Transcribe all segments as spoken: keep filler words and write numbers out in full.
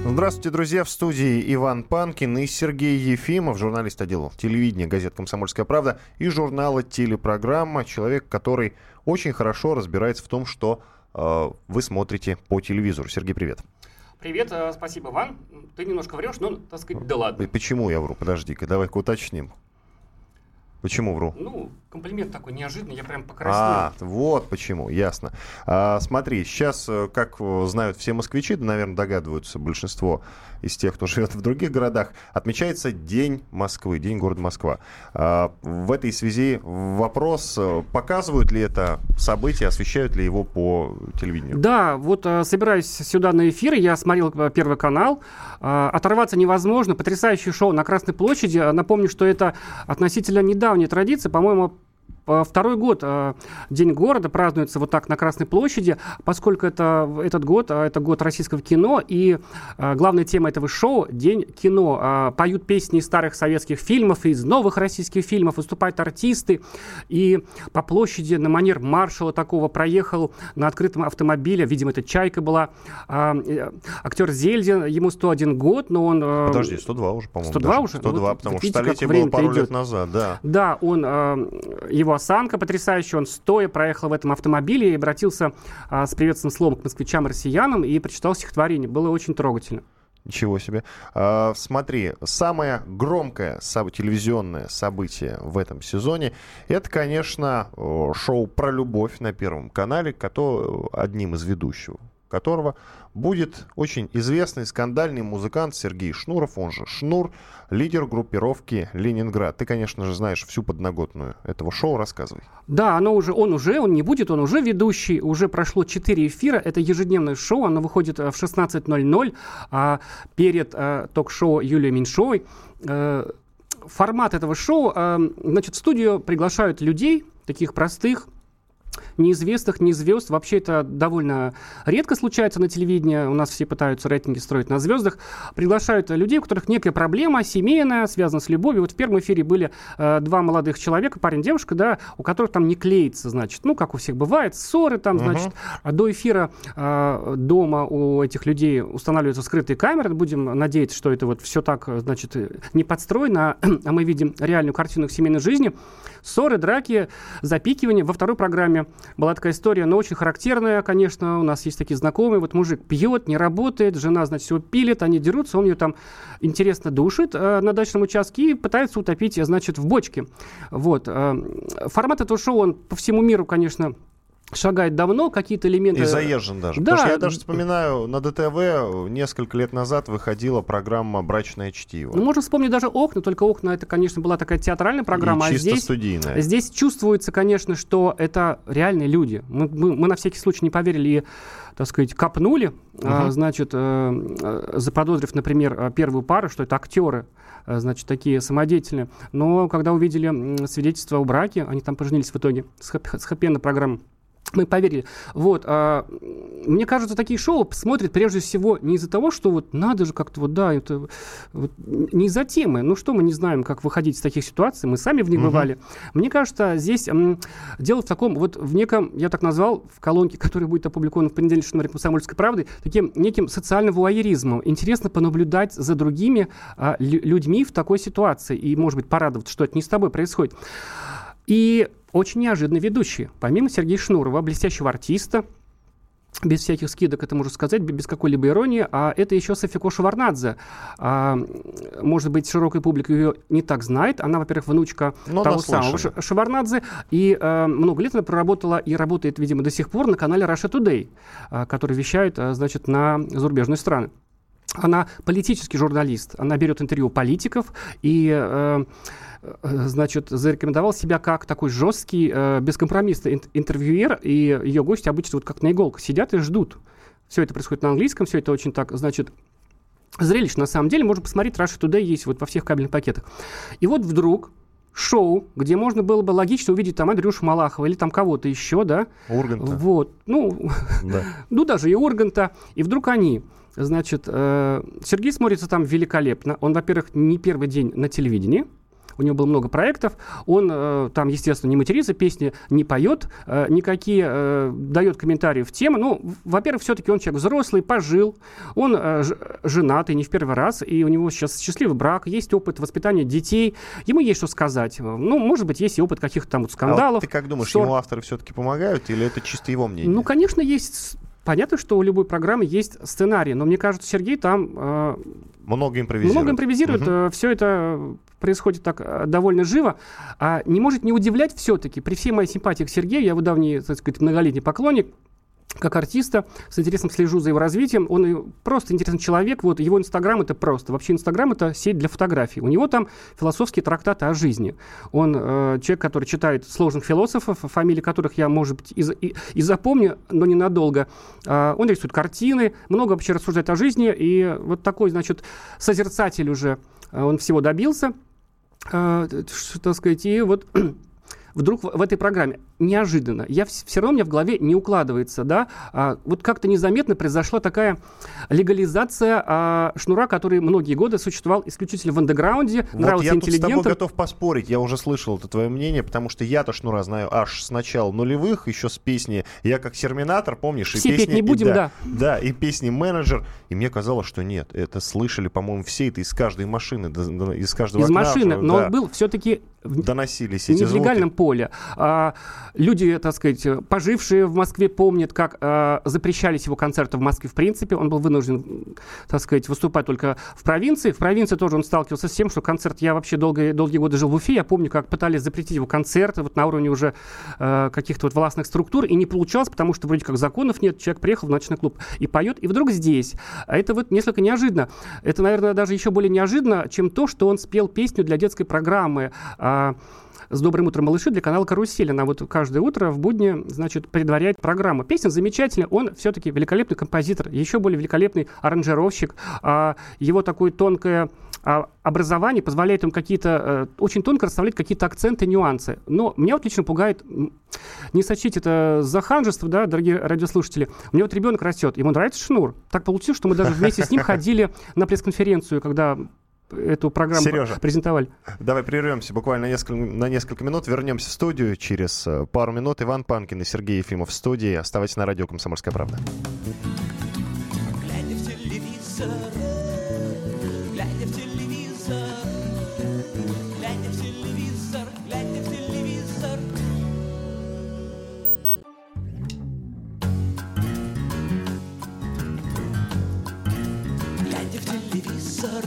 Здравствуйте, друзья. В студии Иван Панкин и Сергей Ефимов, журналист отдела телевидения газет «Комсомольская правда» и журнала «Телепрограмма». Человек, который очень хорошо разбирается в том, что э, вы смотрите по телевизору. Сергей, привет. Привет, э, спасибо, Иван. Ты немножко врешь, но, так сказать, да ладно. Почему я вру? Подожди-ка, давай-ка уточним. Почему вру? Ну, комплимент такой неожиданный, я прям покраснел. А, вот почему, ясно. А, смотри, сейчас, как знают все москвичи, да, наверное, догадываются большинство из тех, кто живет в других городах, отмечается День Москвы, День города Москва. А, в этой связи вопрос, показывают ли это событие, освещают ли его по телевидению? Да, вот собираюсь сюда на эфир, я смотрел Первый канал, оторваться невозможно, потрясающее шоу на Красной площади. Напомню, что это относительно недавняя традиция, по-моему, второй год э, День города празднуется вот так на Красной площади, поскольку это, этот год, э, это год российского кино, и э, главная тема этого шоу – День кино. Э, поют песни из старых советских фильмов, из новых российских фильмов, выступают артисты, и по площади на манер маршала такого проехал на открытом автомобиле, видимо, это «Чайка» была, э, актер Зельдин, ему сто один год, но он… Э, Подожди, сто два уже, по-моему. сто два уже? сто два, вот, потому видите, что столетие было пару лет назад, да. Да, он… Э, его осанка потрясающая, он стоя проехал в этом автомобиле и обратился а, с приветственным словом к москвичам и россиянам и прочитал стихотворение. Было очень трогательно. Ничего себе. А, смотри, самое громкое соб- телевизионное событие в этом сезоне — это, конечно, шоу про любовь на Первом канале, который, одним из ведущих которого будет очень известный скандальный музыкант Сергей Шнуров, он же Шнур, лидер группировки «Ленинград». Ты, конечно же, знаешь всю подноготную этого шоу, рассказывай. Да, оно уже, он уже, он не будет, он уже ведущий, уже прошло четыре эфира, это ежедневное шоу, оно выходит в шестнадцать ноль ноль, а перед а, ток-шоу Юлии Меньшовой. А, формат этого шоу, а, значит, в студию приглашают людей, таких простых, неизвестных, не звезд. Вообще это довольно редко случается на телевидении. У нас все пытаются рейтинги строить на звездах. Приглашают людей, у которых некая проблема семейная, связана с любовью. Вот в первом эфире были э, два молодых человека, парень и девушка, да, у которых там не клеится, значит, ну, как у всех бывает, ссоры там, значит. Uh-huh. А до эфира э, дома у этих людей устанавливаются скрытые камеры. Будем надеяться, что это вот все так, значит, не подстроено, а мы видим реальную картину их семейной жизни. Ссоры, драки, запикивания. Во второй программе была такая история, но очень характерная, конечно, у нас есть такие знакомые, вот мужик пьет, не работает, жена, значит, его пилит, они дерутся, он ее там интересно душит э, на дачном участке и пытается утопить, значит, в бочке. Вот. Э, формат этого шоу, он по всему миру, конечно, шагает давно, какие-то элементы... И заезжен даже. Да. Потому что я даже вспоминаю, на ДТВ несколько лет назад выходила программа «Брачное чтиво». Ну, можно вспомнить даже «Окна», только «Окна» — это, конечно, была такая театральная программа. И чисто а здесь, студийная. Здесь чувствуется, конечно, что это реальные люди. Мы, мы, мы на всякий случай не поверили и, так сказать, копнули, uh-huh. а, значит, э, заподозрив, например, первую пару, что это актеры, значит, такие самодеятельные. Но когда увидели свидетельство о браке, они там поженились в итоге с хэппи-энд программы, мы поверили. Вот, а, мне кажется, такие шоу смотрят прежде всего не из-за того, что вот надо же как-то вот, да, это вот, не из-за темы. Ну что, мы не знаем, как выходить из таких ситуаций, мы сами в них uh-huh. бывали. Мне кажется, здесь м, дело в таком, вот в неком, я так назвал, в колонке, которая будет опубликована в понедельник в номере «Комсомольской правды», таким неким социальным вуайеризмом. Интересно понаблюдать за другими а, лю- людьми в такой ситуации и, может быть, порадоваться, что это не с тобой происходит. И очень неожиданный ведущий. Помимо Сергея Шнурова, блестящего артиста, без всяких скидок, это можно сказать, без какой-либо иронии, а это еще Софико Шеварднадзе. А, может быть, широкая публика ее не так знает. Она, во-первых, внучка Но того самого Шеварднадзе. И а, много лет она проработала и работает, видимо, до сих пор на канале Russia Today, а, который вещает, а, значит, на зарубежные страны. Она политический журналист. Она берет интервью политиков и... А, значит, зарекомендовал себя как такой жесткий, э, бескомпромиссный интервьюер, и ее гости обычно вот как на иголках сидят и ждут. Все это происходит на английском, все это очень так, значит, зрелищно. На самом деле, можно посмотреть, Russia Today есть вот во всех кабельных пакетах. И вот вдруг шоу, где можно было бы логично увидеть там Андрюшу Малахова или там кого-то еще, да? Урганта. Вот, ну, да. ну, даже и Урганта. И вдруг они... Значит, э, Сергей смотрится там великолепно. Он, во-первых, не первый день на телевидении. у него было много проектов, он э, там, естественно, не матерится, песни не поет, э, никакие, э, дает комментарии в тему. Ну, во-первых, все-таки он человек взрослый, пожил, он э, ж, женатый не в первый раз, и у него сейчас счастливый брак, есть опыт воспитания детей, ему есть что сказать. Ну, может быть, есть и опыт каких-то там вот скандалов. А вот ты как думаешь, ссор... ему авторы все-таки помогают, или это чисто его мнение? Ну, конечно, есть... Понятно, что у любой программы есть сценарий, но мне кажется, Сергей там... Э, много импровизирует. Много импровизирует. Угу. Все это происходит так э, довольно живо. А не может не удивлять все-таки, при всей моей симпатии к Сергею, я его давний, так сказать, многолетний поклонник, как артиста, с интересом слежу за его развитием. Он просто интересный человек. Вот его Инстаграм — это просто. Вообще Инстаграм — это сеть для фотографий. У него там философские трактаты о жизни. Он э, человек, который читает сложных философов, фамилии которых я, может быть, и, и, и запомню, но ненадолго. Э, он рисует картины, много вообще рассуждает о жизни. И вот такой, значит, созерцатель уже. Он всего добился, э, что, так сказать, и вот... Вдруг в, в этой программе неожиданно, я в, все равно у меня в голове не укладывается, да, а, вот как-то незаметно произошла такая легализация а, Шнура, который многие годы существовал исключительно в андеграунде, вот нравился интеллигентам. Я тут с тобой готов поспорить, я уже слышал это твое мнение, потому что я-то Шнура знаю аж с начала нулевых, еще с песни «Я как терминатор», помнишь? Все и петь песни, не будем, и, да. Да, да, и песни «Менеджер», и мне казалось, что нет, это слышали, по-моему, все это из каждой машины, из каждого из окна. Из машины, но да. он был все-таки доносились эти не в легальном звуки. поле. А, люди, так сказать, пожившие в Москве помнят, как а, запрещались его концерты в Москве в принципе. Он был вынужден, так сказать, выступать только в провинции. В провинции тоже он сталкивался с тем, что концерт... Я вообще долгие, долгие годы жил в Уфе. Я помню, как пытались запретить его концерты вот на уровне уже а, каких-то вот властных структур. И не получалось, потому что вроде как законов нет. Человек приехал в ночной клуб и поет. И вдруг здесь. А это вот несколько неожиданно. Это, наверное, даже еще более неожиданно, чем то, что он спел песню для детской программы «С добрым утром, малыши» для канала «Карусель». Она вот каждое утро в будни, значит, предваряет программу. Песня замечательная, он все-таки великолепный композитор, еще более великолепный аранжировщик. А его такое тонкое а, образование позволяет ему какие-то, а, очень тонко расставлять какие-то акценты, нюансы. Но меня вот лично пугает, не сочтите это за ханжество, да, дорогие радиослушатели, у меня вот ребенок растет, ему нравится Шнур. Так получилось, что мы даже вместе с ним ходили на пресс-конференцию, когда... эту программу Сережа, презентовали. Давай прервемся буквально на несколько, на несколько минут. Вернемся в студию через пару минут. Иван Панкин и Сергей Ефимов в студии. Оставайтесь на радио «Комсомольская правда». Глядя в телевизор, глядя в телевизор, глядя в телевизор, глядя в телевизор. Глядя в телевизор.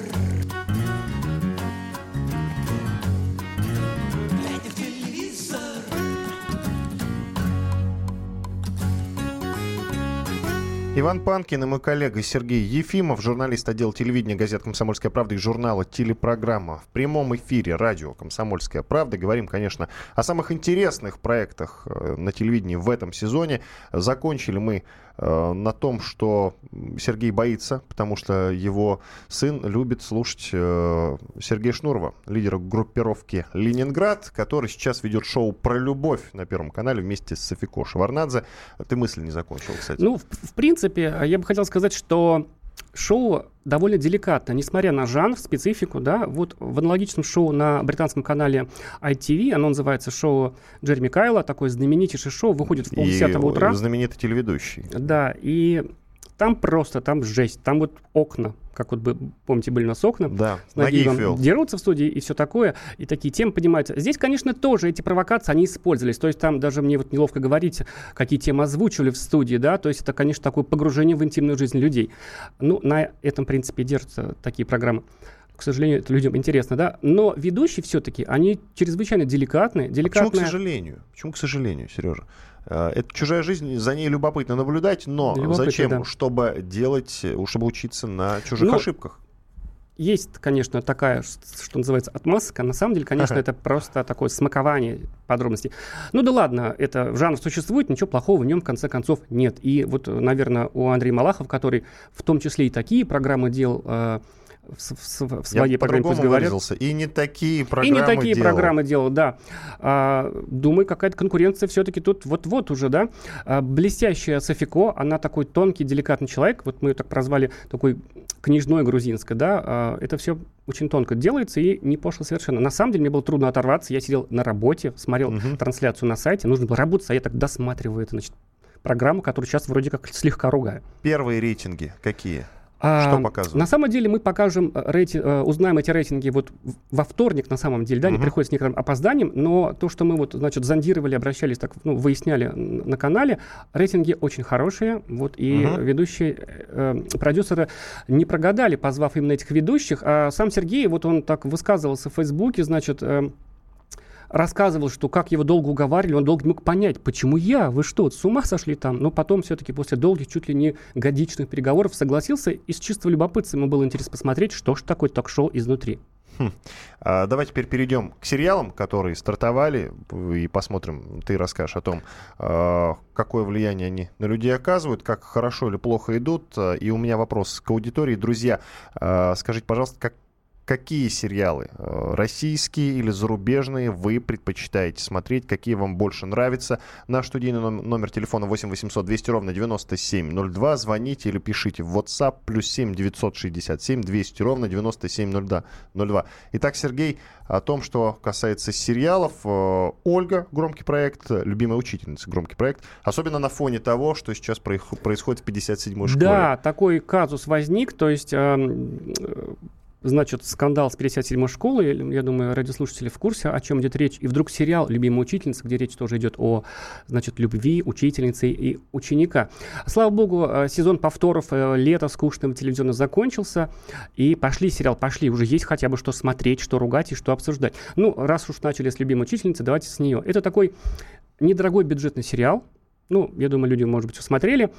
Иван Панкин и мой коллега Сергей Ефимов, журналист отдела телевидения газет «Комсомольская правда» и журнала «Телепрограмма». В прямом эфире радио «Комсомольская правда». Говорим, конечно, о самых интересных проектах на телевидении в этом сезоне. Закончили мы э, на том, что Сергей боится, потому что его сын любит слушать э, Сергея Шнурова, лидера группировки «Ленинград», который сейчас ведет шоу про любовь на Первом канале вместе с Софико Шеварнадзе. Ты мысль не закончил, кстати. Ну, в, в принципе, я бы хотел сказать, что шоу довольно деликатно, несмотря на жанр, специфику, да, вот в аналогичном шоу на британском канале ай ти ви, оно называется шоу Джереми Кайла, такое знаменитейшее шоу, выходит в полдесятого утра. Знаменитый телеведущий. Да, и там просто, там жесть, там вот окна, как вот, помните, были у нас окна, да, с Нагиевым, дерутся в студии и все такое, и такие темы поднимаются. Здесь, конечно, тоже эти провокации, они использовались, то есть там даже мне вот неловко говорить, какие темы озвучивали в студии, да, то есть это, конечно, такое погружение в интимную жизнь людей. Ну, на этом, в принципе, держатся такие программы. К сожалению, это людям интересно, да, но ведущие все-таки, они чрезвычайно деликатные. деликатные... А почему к сожалению? Почему к сожалению, Сережа? Это чужая жизнь, за ней любопытно наблюдать, но любопытно, зачем? Да. Чтобы делать, чтобы учиться на чужих ну, ошибках. Есть, конечно, такая, что называется, отмазка. На самом деле, конечно, это просто такое смакование подробностей. Ну да ладно, это жанр существует, ничего плохого в нем, в конце концов, нет. И вот, наверное, у Андрея Малахова, который в том числе и такие программы делал... В, в, в своей Я программе «Пусть говорят». И не такие программы И не такие делал. программы делал, да. А, думаю, какая-то конкуренция все-таки тут вот-вот уже, да. А, блестящая Софико, она такой тонкий, деликатный человек. Вот мы ее так прозвали, такой книжной грузинской, да, это все очень тонко делается и не пошло совершенно. На самом деле мне было трудно оторваться, я сидел на работе, смотрел uh-huh. трансляцию на сайте, нужно было работать, а я так досматриваю это, значит, программу, которую сейчас вроде как слегка ругаю. Первые рейтинги какие? А, Что показывают? На самом деле мы покажем, рейтинг, узнаем эти рейтинги вот во вторник, на самом деле, да, они uh-huh. приходят с некоторым опозданием, но то, что мы вот, значит, зондировали, обращались, так, ну, выясняли на канале, рейтинги очень хорошие, вот, и uh-huh. ведущие, э, продюсеры не прогадали, позвав именно этих ведущих, а сам Сергей, вот он так высказывался в Фейсбуке, значит, э, рассказывал, что как его долго уговаривали, он долго не мог понять, почему я, вы что, с ума сошли там? Но потом все-таки после долгих, чуть ли не годичных переговоров согласился, и с чистого любопытства ему было интересно посмотреть, что же такое ток-шоу изнутри. Хм. А, давай теперь перейдем к сериалам, которые стартовали, и посмотрим, ты расскажешь о том, а, какое влияние они на людей оказывают, как хорошо или плохо идут. И у меня вопрос к аудитории. Друзья, а, скажите, пожалуйста, как какие сериалы, российские или зарубежные, вы предпочитаете смотреть, какие вам больше нравятся? Наш студийный номер телефона восемь восемьсот двести ровно девяносто семь ноль два. Звоните или пишите в WhatsApp плюс семь девятьсот шестьдесят семь двести ровно девяносто семь ноль два. Итак, Сергей, о том, что касается сериалов. Ольга, громкий проект, любимая учительница, громкий проект. Особенно на фоне того, что сейчас происходит в пятьдесят седьмой школе. Да, такой казус возник, то есть... Значит, скандал с пятьдесят седьмой школы, я думаю, радиослушатели в курсе, о чем идет речь. И вдруг сериал «Любимая учительница», где речь тоже идет о, значит, любви учительницы и ученика. Слава богу, сезон повторов лета скучного телевизионного закончился, и пошли сериал, пошли, уже есть хотя бы что смотреть, что ругать и что обсуждать. Ну, раз уж начали с «Любимой учительницы», давайте с нее. Это такой недорогой бюджетный сериал, ну, я думаю, люди, может быть, все смотрели.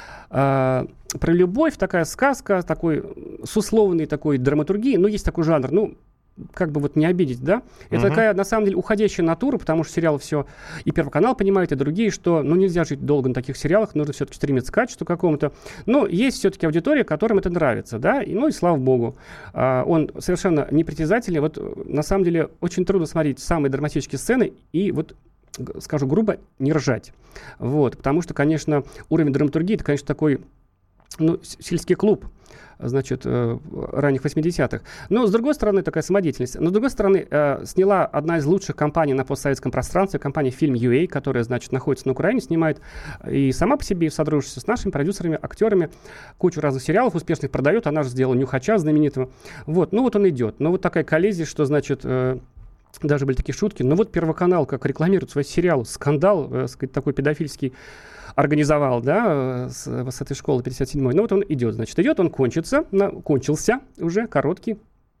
Uh, про любовь, такая сказка, такой, с условной такой драматургией, но есть такой жанр, ну, как бы вот не обидеть, да? Это uh-huh. такая, на самом деле, уходящая натура, потому что сериал все, и Первый канал понимает, и другие, что, ну, нельзя жить долго на таких сериалах, нужно все-таки стремиться к качеству какому-то, но есть все-таки аудитория, которым это нравится, да, и, ну, и слава богу. Uh, он совершенно непритязательный, вот, на самом деле, очень трудно смотреть самые драматические сцены, и вот скажу грубо, не ржать. Вот, потому что, конечно, уровень драматургии, это, конечно, такой, ну, сельский клуб, значит, э, ранних восьмидесятых. Но, с другой стороны, такая самодеятельность. Но, с другой стороны, э, сняла одна из лучших компаний на постсоветском пространстве, компания Film.ua, которая, значит, находится на Украине, снимает и сама по себе, в сотрудничестве с нашими продюсерами, актерами, кучу разных сериалов успешных продает. Она же сделала «Нюхача» знаменитого. Вот, ну вот он идет. Но вот такая коллизия, что, значит... Э, даже были такие шутки. Но вот Первый канал как рекламирует свой сериал. Скандал, э, сказать, такой педофильский организовал, да, с, с этой школы пятьдесят седьмой. Ну вот он идет, значит, идет, он кончится, на, кончился уже, короткий.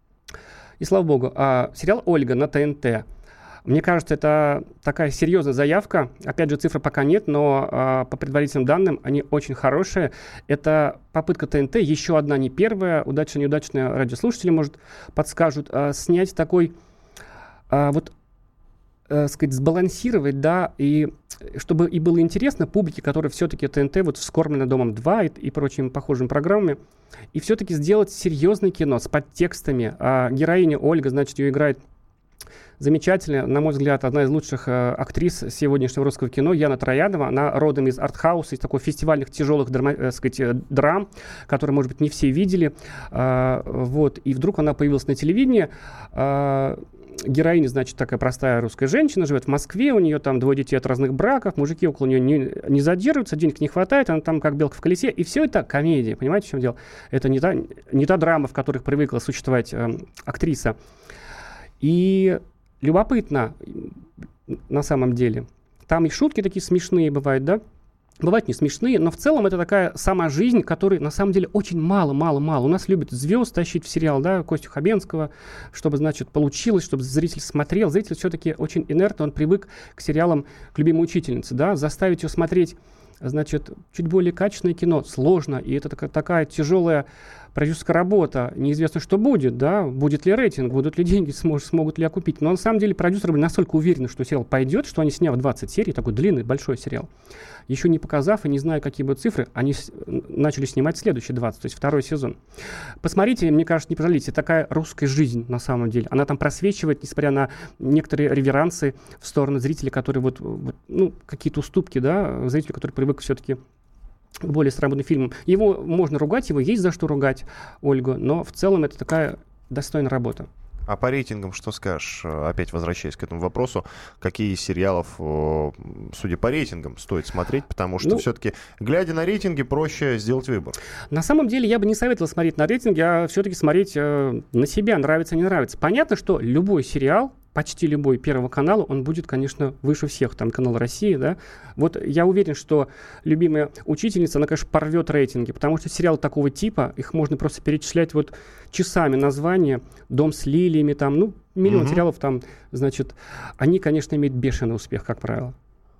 И слава богу. А сериал «Ольга» на ТНТ. Мне кажется, это такая серьезная заявка. Опять же, цифр пока нет, но а, по предварительным данным они очень хорошие. Это попытка ТНТ, еще одна, не первая, удачно-неудачная, радиослушатели, может, подскажут, а, снять такой... А, вот, э, сказать, сбалансировать, да, и чтобы и было интересно публике, которая все-таки ТНТ вот вскормлена «Домом два» и, и прочими похожими программами, и все-таки сделать серьезное кино с подтекстами. А героиня Ольга, значит, ее играет замечательная, на мой взгляд, одна из лучших э, актрис сегодняшнего русского кино, Яна Троянова. Она родом из артхауса, из такой фестивальных тяжелых драма, э, сказать, э, драм, которые, может быть, не все видели. Э, вот. И вдруг она появилась на телевидении. Э, Героиня, значит, такая простая русская женщина, живет в Москве, у нее там двое детей от разных браков, мужики около нее не, не задерживаются, денег не хватает, она там как белка в колесе, и все это комедия, понимаете, в чем дело? Это не та, не та драма, в которых привыкла существовать э, актриса. И любопытно, на самом деле, там и шутки такие смешные бывают, да? Бывают не смешные, но в целом это такая сама жизнь, которой на самом деле очень мало-мало-мало. У нас любят звезд тащить в сериал, да, Костю Хабенского, чтобы, значит, получилось, чтобы зритель смотрел. Зритель все-таки очень инертный, он привык к сериалам, к «Любимой учительнице», да, заставить ее смотреть, значит, чуть более качественное кино сложно, и это такая, такая тяжелая продюсерская работа, неизвестно, что будет, да, будет ли рейтинг, будут ли деньги, смог, смогут ли окупить. Но на самом деле продюсеры были настолько уверены, что сериал пойдет, что они, сняв двадцать серий, такой длинный, большой сериал, еще не показав и не зная, какие будут цифры, они с- начали снимать следующие двадцать, то есть второй сезон. Посмотрите, мне кажется, не пожалеете, такая русская жизнь на самом деле. Она там просвечивает, несмотря на некоторые реверансы в сторону зрителей, которые вот, вот ну, какие-то уступки, да, зрители, которые привыкли все-таки более сработанным фильмом. Его можно ругать, его есть за что ругать, Ольгу, но в целом это такая достойная работа. А по рейтингам что скажешь? Опять возвращаясь к этому вопросу, какие из сериалов, судя по рейтингам, стоит смотреть? Потому что ну, все-таки, глядя на рейтинги, проще сделать выбор. На самом деле, я бы не советовал смотреть на рейтинги, а все-таки смотреть э, на себя, нравится, не нравится. Понятно, что любой сериал, почти любой Первого канала, он будет, конечно, выше всех, там, канал России, да. Вот я уверен, что любимая учительница, она, конечно, порвет рейтинги, потому что сериалы такого типа, их можно просто перечислять вот часами названия, «Дом с лилиями», там, ну, миллион mm-hmm. сериалов там, значит, они, конечно, имеют бешеный успех, как правило.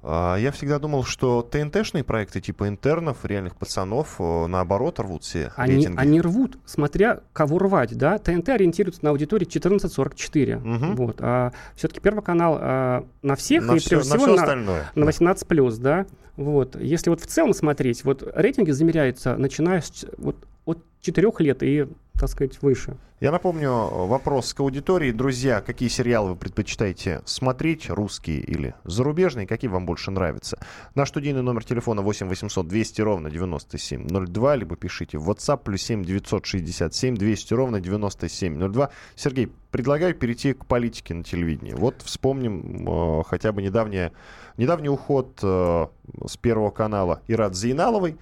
Я всегда думал, что ТНТ-шные проекты типа «Интернов», «Реальных пацанов», наоборот, рвут все они, рейтинги. Они рвут, смотря кого рвать, да. ТНТ ориентируется на аудиторию четырнадцать сорок четыре. Угу. Вот. А все-таки Первый канал а, на всех, на и все, прежде на всего на, на восемнадцать плюс, да. Вот. Если вот в целом смотреть, вот рейтинги замеряются, начиная с, вот, от четырех лет и, так сказать, выше. Я напомню вопрос к аудитории. Друзья, какие сериалы вы предпочитаете смотреть, русские или зарубежные, какие вам больше нравятся? Наш студийный номер телефона восемь восемьсот двести ровно девяносто семь ноль два, либо пишите в WhatsApp плюс семь девятьсот шестьдесят семь двести ровно девяносто семь ноль два. Сергей, предлагаю перейти к политике на телевидении. Вот вспомним э, хотя бы недавнее, недавний уход э, с Первого канала Ират Зейналовой,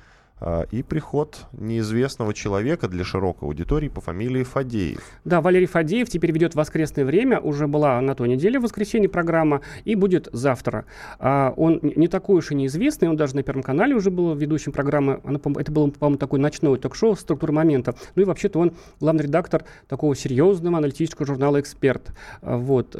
и приход неизвестного человека для широкой аудитории по фамилии Фадеев. Да, Валерий Фадеев теперь ведет «Воскресное время». Уже была на той неделе в воскресенье программа и будет завтра. А он не такой уж и неизвестный, он даже на Первом канале уже был ведущим программы. Она, это был, по-моему, такой ночной ток-шоу «Структура момента». Ну и вообще-то он главный редактор такого серьезного аналитического журнала «Эксперт». Вот.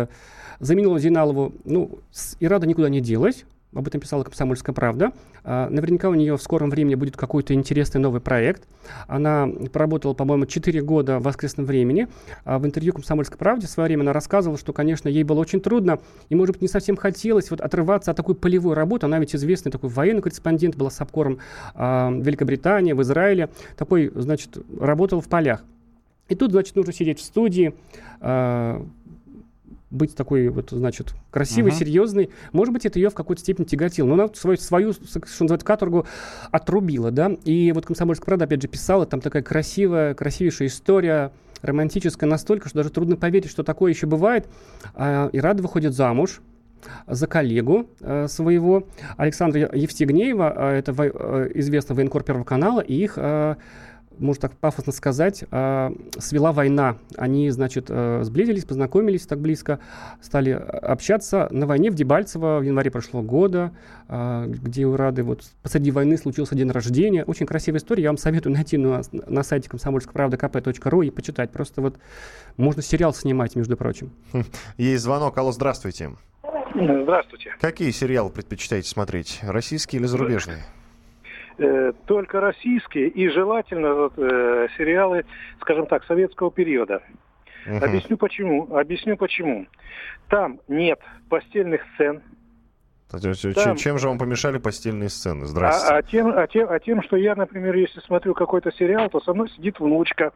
Заменил Зейналову, ну, и рада никуда не делась. Об этом писала «Комсомольская правда». А, наверняка у нее в скором времени будет какой-то интересный новый проект. Она проработала, по-моему, четыре года в «Воскресном времени». А в интервью «Комсомольской правде» в свое время она рассказывала, что, конечно, ей было очень трудно и, может быть, не совсем хотелось вот отрываться от такой полевой работы. Она ведь известный такой военный корреспондент, была с обкором а, в Великобритании, в Израиле. Такой, значит, работала в полях. И тут, значит, нужно сидеть в студии, а, быть такой, вот, значит, красивой, uh-huh. серьезной. Может быть, это ее в какой-то степени тяготило. Но она свою, свою, что называется, каторгу отрубила, да. И вот «Комсомольская правда» опять же писала, там такая красивая, красивейшая история, романтическая настолько, что даже трудно поверить, что такое еще бывает. А, и Рада выходит замуж за коллегу э, своего Александра Евстигнеева, э, это во, э, известный военкор Первого канала, и их... Э, можно так пафосно сказать, э, свела война. Они, значит, э, сблизились, познакомились так близко, стали общаться на войне в Дебальцево в январе прошлого года, э, где у Рады вот посреди войны случился день рождения. Очень красивая история. Я вам советую найти на, на сайте комсомольская правда ка пэ точка ру и почитать. Просто вот можно сериал снимать, между прочим. Есть звонок. Алло, здравствуйте. Здравствуйте. Какие сериалы предпочитаете смотреть? Российские или зарубежные? Только российские и желательно вот, э, сериалы, скажем так, советского периода. Uh-huh. Объясню почему. Объясню почему. Там нет постельных сцен. Там... Чем же вам помешали постельные сцены? Здравствуйте. А, а, тем, а, тем, а тем, что я, например, если смотрю какой-то сериал, то со мной сидит внучка.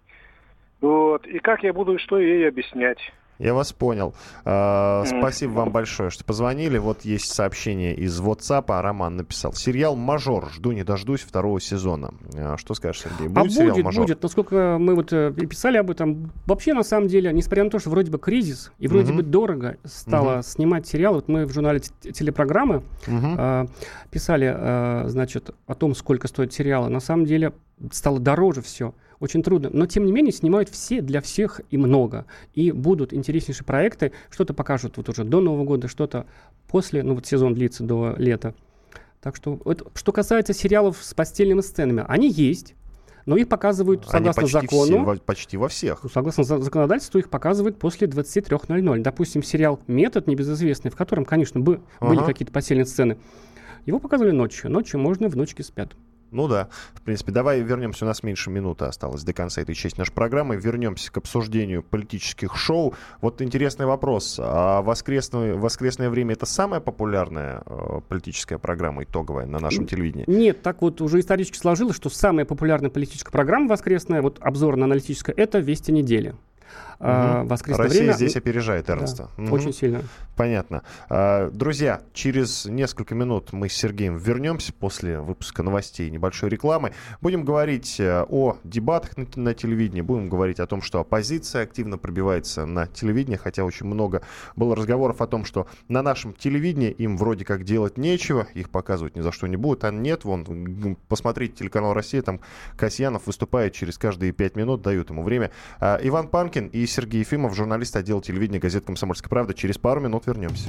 Вот. И как я буду, что ей объяснять? Я вас понял. А, спасибо вам большое, что позвонили. Вот есть сообщение из WhatsApp. Роман написал. Сериал «Мажор». Жду не дождусь второго сезона. А, что скажешь, Сергей? Будет а сериал будет, «Мажор»? будет. Насколько мы вот э, писали об этом, вообще, на самом деле, несмотря на то, что вроде бы кризис, и вроде uh-huh. бы дорого стало uh-huh. снимать сериал, вот мы в журнале телепрограммы uh-huh. э, писали, э, значит, о том, сколько стоит сериалы. На самом деле стало дороже все. Очень трудно. Но, тем не менее, снимают все для всех и много. И будут интереснейшие проекты. Что-то покажут вот уже до Нового года, что-то после. Ну, вот сезон длится до лета. Так что, вот, что касается сериалов с постельными сценами, они есть, но их показывают согласно они почти закону. Все, почти во всех. Ну, согласно законодательству, их показывают после двадцать три ноль ноль. Допустим, сериал «Метод» небезызвестный, в котором, конечно, бы, ага. были какие-то постельные сцены. Его показывали ночью. Ночью можно, внучки спят. Ну да, в принципе, давай вернемся, у нас меньше минуты осталось до конца этой части нашей программы. Вернемся к обсуждению политических шоу. Вот интересный вопрос. А воскресное, воскресное время — это самая популярная э, политическая программа итоговая на нашем телевидении? Нет, так вот уже исторически сложилось, что самая популярная политическая программа воскресная, вот обзорно-аналитическая, это «Вести недели». э, воскресное Россия время. здесь опережает Эрнста. Да, угу. Очень сильно. Понятно. А, друзья, через несколько минут мы с Сергеем вернемся после выпуска новостей и небольшой рекламы. Будем говорить о дебатах на, на телевидении, будем говорить о том, что оппозиция активно пробивается на телевидении, хотя очень много было разговоров о том, что на нашем телевидении им вроде как делать нечего, их показывать ни за что не будут, а нет, вон, посмотрите телеканал «Россия», там Касьянов выступает через каждые пять минут, дают ему время. А, Иван Панкин и Сергей Ефимов, журналист отдела телевидения газеты «Комсомольская правда». Через пару минут вернемся.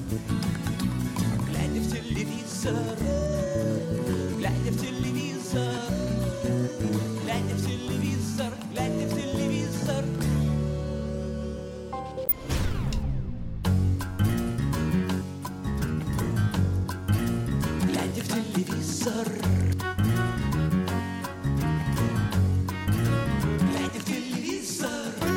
Глядя в телевизор, глядя в телевизор, глядя в телевизор, глядя в телевизор. Глядя в телевизор, глядя в телевизор.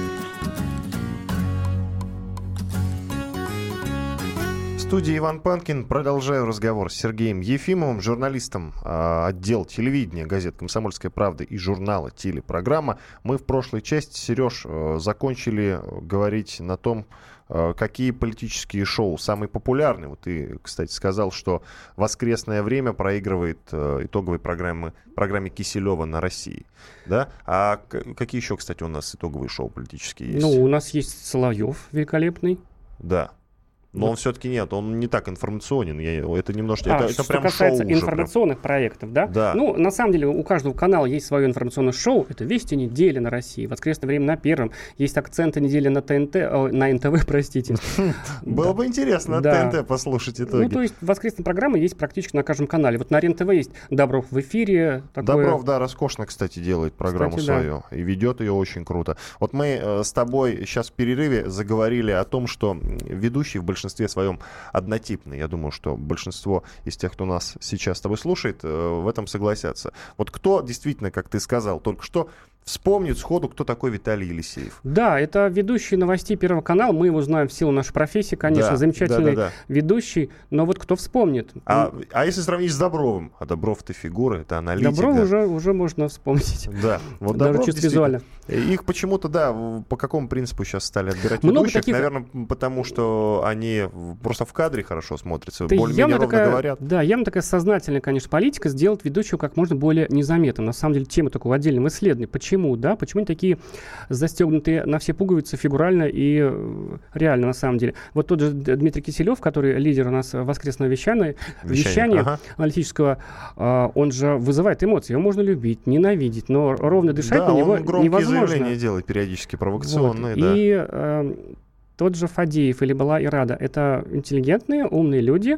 В студии Иван Панкин. Продолжаю разговор с Сергеем Ефимовым, журналистом э, отдела телевидения газет «Комсомольская правда» и журнала «Телепрограмма». Мы в прошлой части, Сереж, э, закончили говорить на том, э, какие политические шоу самые популярные. Вот ты, кстати, сказал, что «Воскресное время» проигрывает э, итоговой программы, программе Киселева на России. Да? А к- какие еще, кстати, у нас итоговые шоу политические есть? Ну, у нас есть Соловьев великолепный. Да. Но Да. он все-таки нет, он не так информационен. Я, это немножко... А, это, это что прям касается шоу уже информационных проектов, да? Да. Ну, на самом деле, у каждого канала есть свое информационное шоу. Это «Вести недели» на России, «Воскресное время» на Первом. Есть «Акценты недели» на ТНТ, о, на эн тэ вэ, простите. прям. Было бы интересно Да. на ТНТ послушать Ну, итоги. то есть воскресные программы есть практически на каждом канале. Вот на РЕН-ТВ есть «Добров в эфире». такое- Добров, да, роскошно, кстати, делает программу Кстати, да. свою. И ведет ее очень круто. Вот мы э, с тобой сейчас в перерыве заговорили о том, что ведущие в большинстве своем однотипные. Я думаю, что большинство из тех, кто нас сейчас с тобой слушает, э, в этом согласятся. Вот кто действительно, как ты сказал только что, вспомнит сходу, кто такой Виталий Елисеев? Да, это ведущий новостей Первого канала. Мы его знаем в силу нашей профессии, конечно, Да, замечательный да, да, да. ведущий. Но вот кто вспомнит? А, а если сравнить с Добровым? А Добров-то фигура, это аналитик. Доброва да. уже, уже можно вспомнить. Да, вот Даже Добров чисто действительно. визуально. Их почему-то, да, в- по какому принципу сейчас стали отбирать Много ведущих? таких- Наверное, потому что они в- просто в кадре хорошо смотрятся, Это более-менее явно ровно такая, говорят. Да, явно такая сознательная, конечно, политика сделать ведущего как можно более незаметным. На самом деле, тема такого отдельного исследования. Почему, да? Почему они такие застегнутые на все пуговицы фигурально и э, реально, на самом деле? Вот тот же Д- Дмитрий Киселев, который лидер у нас воскресного вещания, Вещание, вещания ага. аналитического, э, он же вызывает эмоции. Его можно любить, ненавидеть, но ровно дышать Да, на него он громкие невозможно. заявления делает периодически, Вот. провокационные, да. И э, тот же Фадеев или была Ирада. Это интеллигентные, умные люди,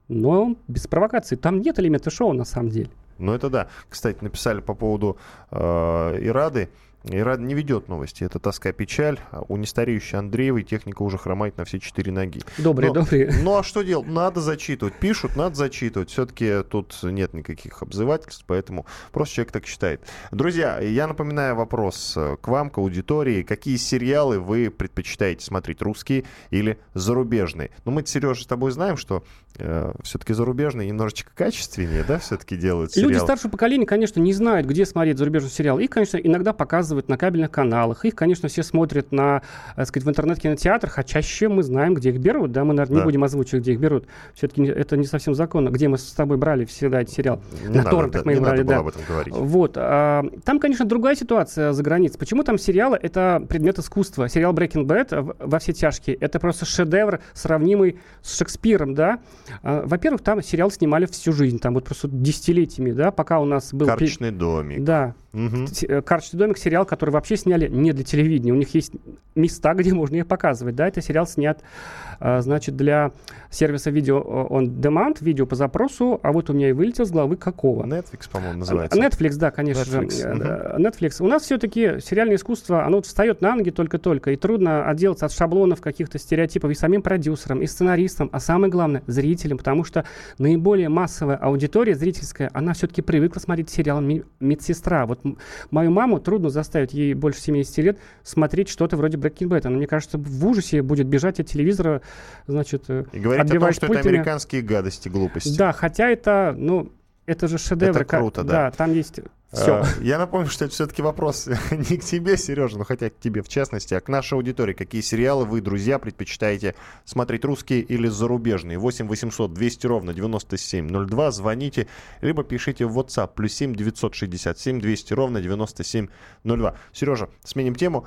но без провокаций. Там нет элемента шоу, на самом деле. Ну, это да. Кстати, написали по поводу э, Ирады. Ирада не ведет новости. Это тоска, печаль. У нестареющей Андреевой техника уже хромает на все четыре ноги. Добрые, Но- добрые. Ну, а что делать? Надо зачитывать. Пишут, надо зачитывать. Все-таки тут нет никаких обзывательств, поэтому просто человек так считает. Друзья, я напоминаю вопрос э, к вам, к аудитории. Какие сериалы вы предпочитаете смотреть, русские или зарубежные? Ну, мы, Сережа, с тобой знаем, что э, все-таки зарубежные немножечко качественнее, да, все-таки делают сериалы. Люди старшего поколения, конечно, не знают, где смотреть зарубежный сериал. Их, конечно, иногда показывают на кабельных каналах. Их, конечно, все смотрят на, так сказать, в интернет-кинотеатрах, а чаще мы знаем, где их берут. Да, мы, наверное, Да. не будем озвучивать, где их берут. Все-таки не- это не совсем законно. Где мы с тобой брали всегда эти сериалы. Не на надо, торрентах да, мы их не брали, надо было да. об этом говорить. Вот. а, Там, конечно, другая ситуация за границей. Почему там сериалы — это предмет искусства? Сериал Breaking Bad в- «Во все тяжкие» — это просто шедевр, сравнимый с Шекспиром, да? А, Во-первых, там сериал снимали всю жизнь, там вот просто десятилетиями, да, пока у нас был... пе- Карточный домик. Да. Мгм. С- э, «Карточный домик» — сериал, который вообще сняли не для телевидения. У них есть места, где можно их показывать. Да, это сериал снят, а, значит, для сервиса видео on demand, видео по запросу, а вот у меня и вылетел с головы какого. Netflix, по-моему, называется. Netflix, да, конечно Netflix, же. мгм. Э, Netflix. У нас все-таки сериальное искусство, оно вот встает на ноги только-только, и трудно отделаться от шаблонов, каких-то стереотипов и самим продюсерам, и сценаристам, а самое главное, зрителям, потому что наиболее массовая аудитория зрительская, она все-таки привыкла смотреть сериал «Ми- «Медсестра». Вот м- мою маму трудно заставить, ей больше семидесяти лет, смотреть что-то вроде Breaking Bad. Она, мне кажется, в ужасе будет бежать от телевизора, значит, э, И говорить о том, отбиваясь что это пультами. американские гадости, глупости. Да, хотя это, ну, Это же шедевр. Это круто, как, да. Да, там есть все. Я напомню, что это все-таки вопрос не к тебе, Сережа, но хотя к тебе в частности, а к нашей аудитории. Какие сериалы вы, друзья, предпочитаете смотреть, русские или зарубежные? восемь восемьсот двести ровно девяносто семь ноль два. Звоните, либо пишите в WhatsApp. Плюс семь девятьсот шестьдесят семь двести ровно девяносто семь ноль два. Сережа, сменим тему.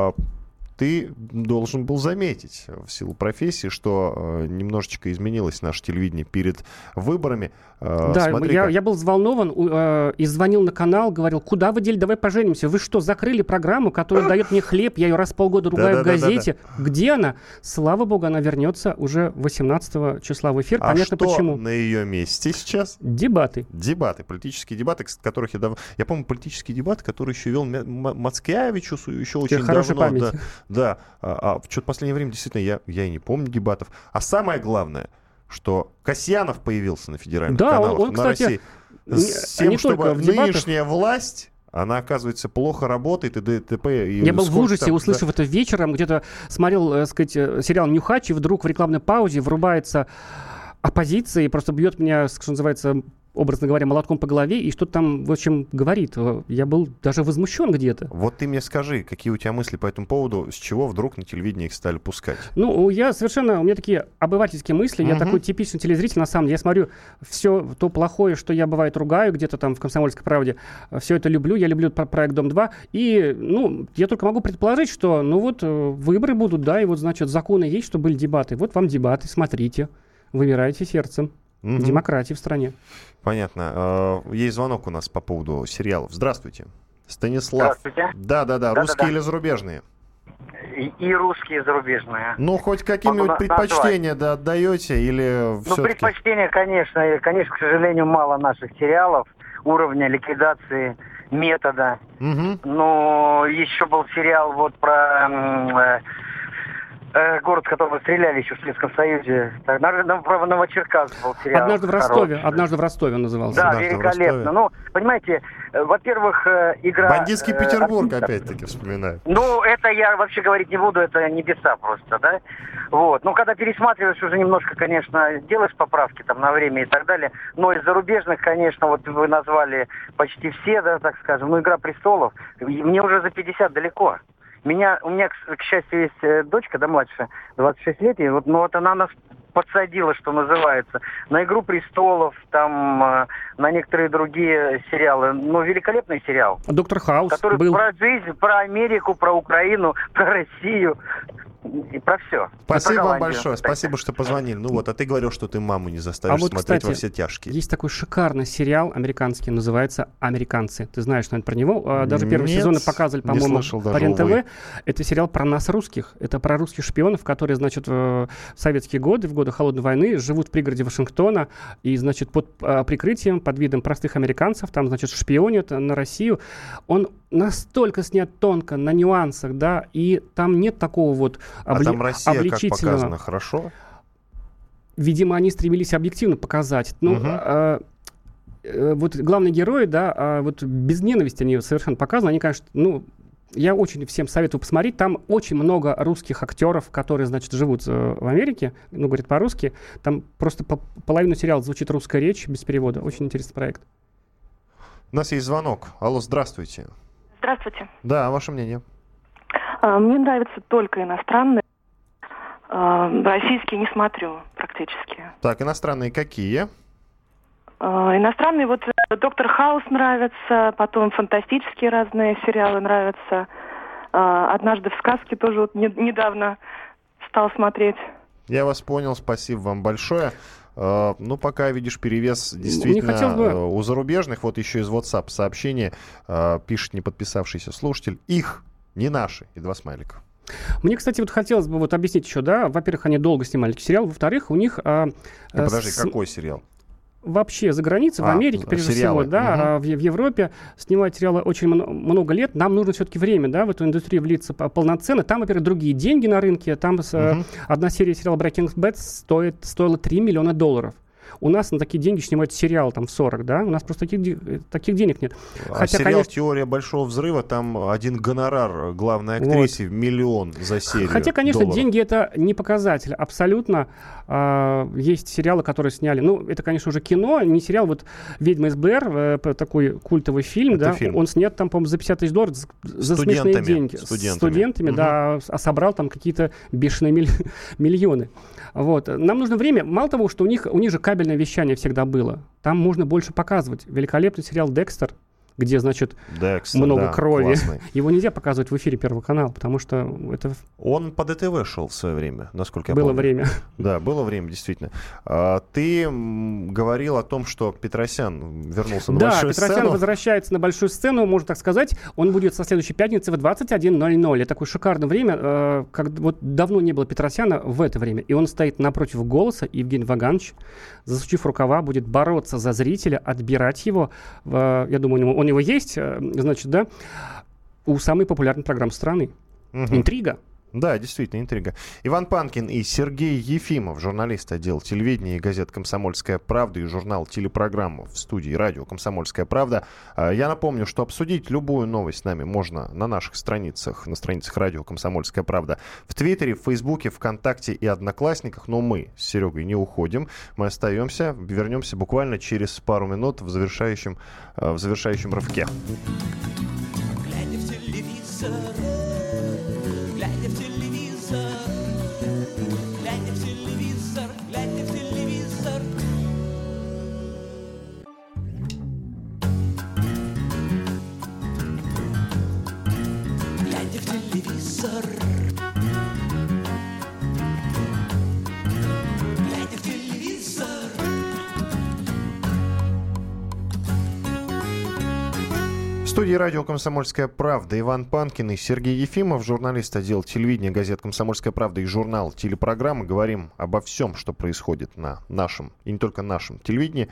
Ты должен был заметить в силу профессии, что э, немножечко изменилось наше телевидение перед выборами. Э, да, смотри, я, как... я был взволнован э, и звонил на канал, говорил, куда вы дели, давай поженимся. Вы что, закрыли программу, которая дает мне хлеб, я ее раз в полгода ругаю в газете. Где она? Слава богу, она вернется уже восемнадцатого числа в эфир. А Понятно что почему. на ее месте сейчас? Дебаты. Дебаты, политические дебаты, которых я давно... Я помню политические дебаты, которые еще вел Мацкевич еще очень хорошая давно. память. Да. Да, а, а что-то в последнее время действительно я, я и не помню дебатов. А самое главное, что Касьянов появился на федеральных да, каналах он, на кстати, России. С тем, не чтобы в дебатах... нынешняя власть, она, оказывается, плохо работает, и ДТП... И я был в ужасе, там, услышав да. это вечером, где-то смотрел, так сказать, сериал «Нюхач», и вдруг в рекламной паузе врубается оппозиция и просто бьет меня, что называется... образно говоря, молотком по голове, и что-то там, в общем, говорит. Я был даже возмущен где-то. Вот ты мне скажи, какие у тебя мысли по этому поводу, с чего вдруг на телевидении их стали пускать? Ну, я совершенно, у меня такие обывательские мысли, uh-huh. я такой типичный телезритель, на самом деле. Я смотрю все то плохое, что я, бывает, ругаю где-то там в «Комсомольской правде», все это люблю, я люблю проект «Дом-два», и, ну, я только могу предположить, что, ну, вот, выборы будут, да, и вот, значит, законы есть, что были дебаты. Вот вам дебаты, смотрите, выбирайте сердцем. Угу. Демократии в стране. Понятно. Есть звонок у нас по поводу сериалов. Здравствуйте. Станислав. Здравствуйте. Да-да-да. Да, русские да, да. или зарубежные? И, и русские, и зарубежные. Ну, хоть какие-нибудь предпочтения да, отдаете или Ну, все-таки... предпочтения, конечно. Конечно, к сожалению, мало наших сериалов уровня ликвидации метода. Угу. Но еще был сериал вот про... Э, город, в котором стреляли еще в Советском Союзе. Так, на, про Новочеркасск был сериал. Однажды в Ростове. Хороший. Однажды в Ростове он назывался. Да, Однажды великолепно. Ну, понимаете, э, во-первых, э, игра... Бандитский э, Петербург, артиста. опять-таки, вспоминаю. Ну, это я вообще говорить не буду, это небеса просто, да? Вот. Ну, когда пересматриваешь, уже немножко, конечно, делаешь поправки там на время и так далее. Но из зарубежных, конечно, вот вы назвали почти все, да, так скажем. Ну, «Игра престолов». Мне уже за пятьдесят далеко. Меня, у меня, к, к счастью, есть дочка, да, младшая, двадцать шесть лет, и вот, ну, вот она нас подсадила, что называется, на «Игру престолов», там, э, на некоторые другие сериалы. Ну, великолепный сериал. «Доктор Хаус» который был. Про жизнь, про Америку, про Украину, про Россию. И про все. Спасибо вам большое. Спасибо, что позвонили. Ну вот, а ты говорил, что ты маму не заставишь а вот, смотреть кстати, во все тяжкие. Есть такой шикарный сериал американский, называется «Американцы». Ты знаешь, наверное, про него. Даже первые Нет, сезоны показывали, по-моему, слышал, по даже, РЕН-ТВ. увы. Это сериал про нас, русских. Это про русских шпионов, которые, значит, в советские годы, в годы Холодной войны, живут в пригороде Вашингтона и, значит, под а, прикрытием, под видом простых американцев, там, значит, шпионят на Россию. Он настолько снят тонко, на нюансах, да, и там нет такого вот обли... А там Россия, как обличительного. показано, хорошо? Видимо, они стремились объективно показать. Ну, Угу. а, а, вот главные герои, да, а, вот без ненависти они совершенно показаны. Они, конечно, ну, я очень всем советую посмотреть. Там очень много русских актеров, которые, значит, живут в Америке, ну, говорят по-русски. Там просто по половину сериала звучит русская речь без перевода. Очень интересный проект. У нас есть звонок. Алло, здравствуйте. Здравствуйте. Да, ваше мнение? А, мне нравятся только иностранные. А, российские не смотрю практически. Так, иностранные какие? А, иностранные, вот «Доктор Хаус» нравится, потом фантастические разные сериалы нравятся. А, «Однажды в сказке» тоже вот не, недавно стал смотреть. Я вас понял, спасибо вам большое. Uh, ну, пока, видишь, перевес действительно бы... uh, у зарубежных. Вот еще из WhatsApp сообщение uh, пишет неподписавшийся слушатель. Их, не наши. И два смайлика. Мне, кстати, вот хотелось бы вот объяснить еще, да. Во-первых, они долго снимали сериал. Во-вторых, у них... А, а, подожди, с... какой сериал? Вообще за границей, а, в Америке, прежде сериалы. всего, да, угу. а в, в Европе снимать сериалы очень много, много лет. Нам нужно все-таки время, да, в эту индустрию влиться полноценно. Там, во-первых, другие деньги на рынке. Там угу. одна серия сериала Breaking Bad стоит, стоила три миллиона долларов. У нас на такие деньги снимают сериал там в сорок, да? У нас просто таких, таких денег нет. А Хотя, сериал конечно... «Теория большого взрыва», там один гонорар главной актрисе Вот. в миллион за серию. Хотя, конечно, долларов. деньги — это не показатель. Абсолютно э, есть сериалы, которые сняли. Ну, это, конечно, уже кино, не сериал. Вот «Ведьма из Блэр», э, такой культовый фильм, Это да, фильм. он снят там, по-моему, за пятьдесят тысяч долларов, за, за смешные Студентами. деньги. Студентами. С студентами, Мгм. да, а собрал там какие-то бешеные миль- миллионы. Вот. Нам нужно время. Мало того, что у них, у них же кабельное вещание всегда было. Там можно больше показывать. Великолепный сериал «Декстер», где, значит, Декстер, много да, крови. классный. Его нельзя показывать в эфире Первого канала, потому что это Он по ДТВ шел в свое время, насколько я было помню. время. Да, было время, действительно. А, ты м, говорил о том, что Петросян вернулся на Да, большую Петросян сцену. возвращается на большую сцену, можно так сказать. Он будет со следующей пятницы в двадцать один ноль ноль. Это такое шикарное время, э, как вот давно не было Петросяна в это время. И он стоит напротив «Голоса», и Евгений Ваганович, засучив рукава, будет бороться за зрителя, отбирать его. Э, я думаю, у него, у него есть, э, значит, да, у самой популярной программы страны. Мгм. Интрига. Да, действительно, интрига. Иван Панкин и Сергей Ефимов, журналист отдела телевидения и газет «Комсомольская правда» и журнал «Телепрограмма» в студии радио «Комсомольская правда». А, Я напомню, что обсудить любую новость с нами можно на наших страницах, на страницах радио «Комсомольская правда» в Твиттере, в Фейсбуке, ВКонтакте и Одноклассниках. Но мы с Серегой не уходим, мы остаемся, вернемся буквально через пару минут в завершающем, э, в завершающем рывке. Глядя в телевизор, глядя в телевизор, глядя в телевизор, глядя в телевизор. Глядя в телевизор, глядя в телевизор. В студии радио «Комсомольская правда» Иван Панкин и Сергей Ефимов, журналист отдела телевидения газет «Комсомольская правда» и журнал «Телепрограмма». Говорим обо всем, что происходит на нашем, и не только нашем телевидении.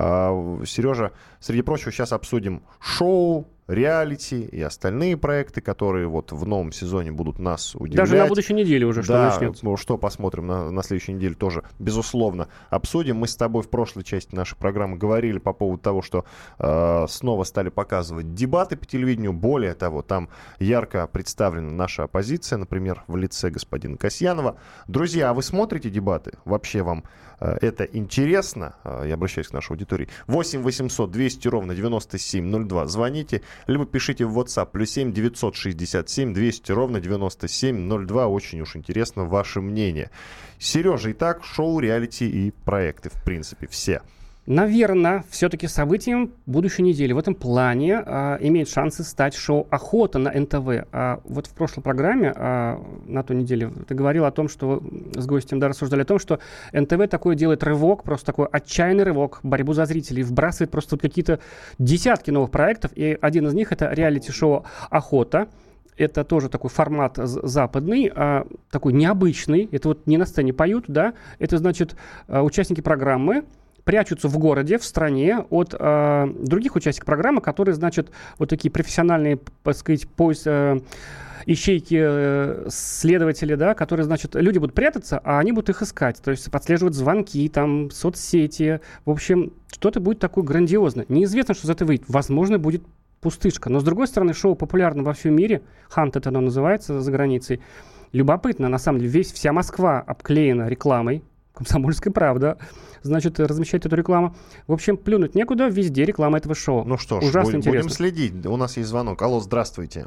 А, Сережа, среди прочего, сейчас обсудим шоу, реалити и остальные проекты, которые вот в новом сезоне будут нас удивлять. Даже на будущей неделе уже что Да, начнется. ну, что посмотрим на, на следующей неделе тоже, безусловно, обсудим. Мы с тобой в прошлой части нашей программы говорили по поводу того, что э, снова стали показывать дебаты по телевидению. Более того, там ярко представлена наша оппозиция, например, в лице господина Касьянова. Друзья, а вы смотрите дебаты? Вообще вам э, это интересно? Э, я обращаюсь к нашей аудитории. восемь восемьсот двести ровно девяносто семь ноль два. Звоните, либо пишите в WhatsApp. Плюс семь девятьсот шестьдесят семь двести ровно девяносто семь ноль два. Очень уж интересно ваше мнение. Сережа, итак, шоу, реалити и проекты, в принципе, все. Наверное, все-таки событием будущей недели в этом плане а, имеет шансы стать шоу «Охота» на эн тэ вэ. А, вот в прошлой программе а, на той неделе ты говорил о том, что с гостем да, рассуждали о том, что эн тэ вэ такой делает рывок, просто такой отчаянный рывок, борьбу за зрителей, вбрасывает просто вот какие-то десятки новых проектов, и один из них — это реалити-шоу «Охота». Это тоже такой формат западный, а, такой необычный. Это вот не на сцене поют, да. Это, значит, участники программы прячутся в городе, в стране от э, других участников программы, которые, значит, вот такие профессиональные, так сказать, поиск, э, ищейки, э, следователи, да, которые, значит, люди будут прятаться, а они будут их искать, то есть подслеживать звонки, там, соцсети, в общем, что-то будет такое грандиозное. Неизвестно, что из этого выйдет. Возможно, будет пустышка. Но, с другой стороны, шоу популярно во всем мире, «Хант» это оно называется за границей. Любопытно, на самом деле, весь, вся Москва обклеена рекламой, «Комсомольская правда», значит, размещает эту рекламу. В общем, плюнуть некуда, везде реклама этого шоу. Ну что ж, ужасно будем, интересно. будем следить. У нас есть звонок. Алло, здравствуйте.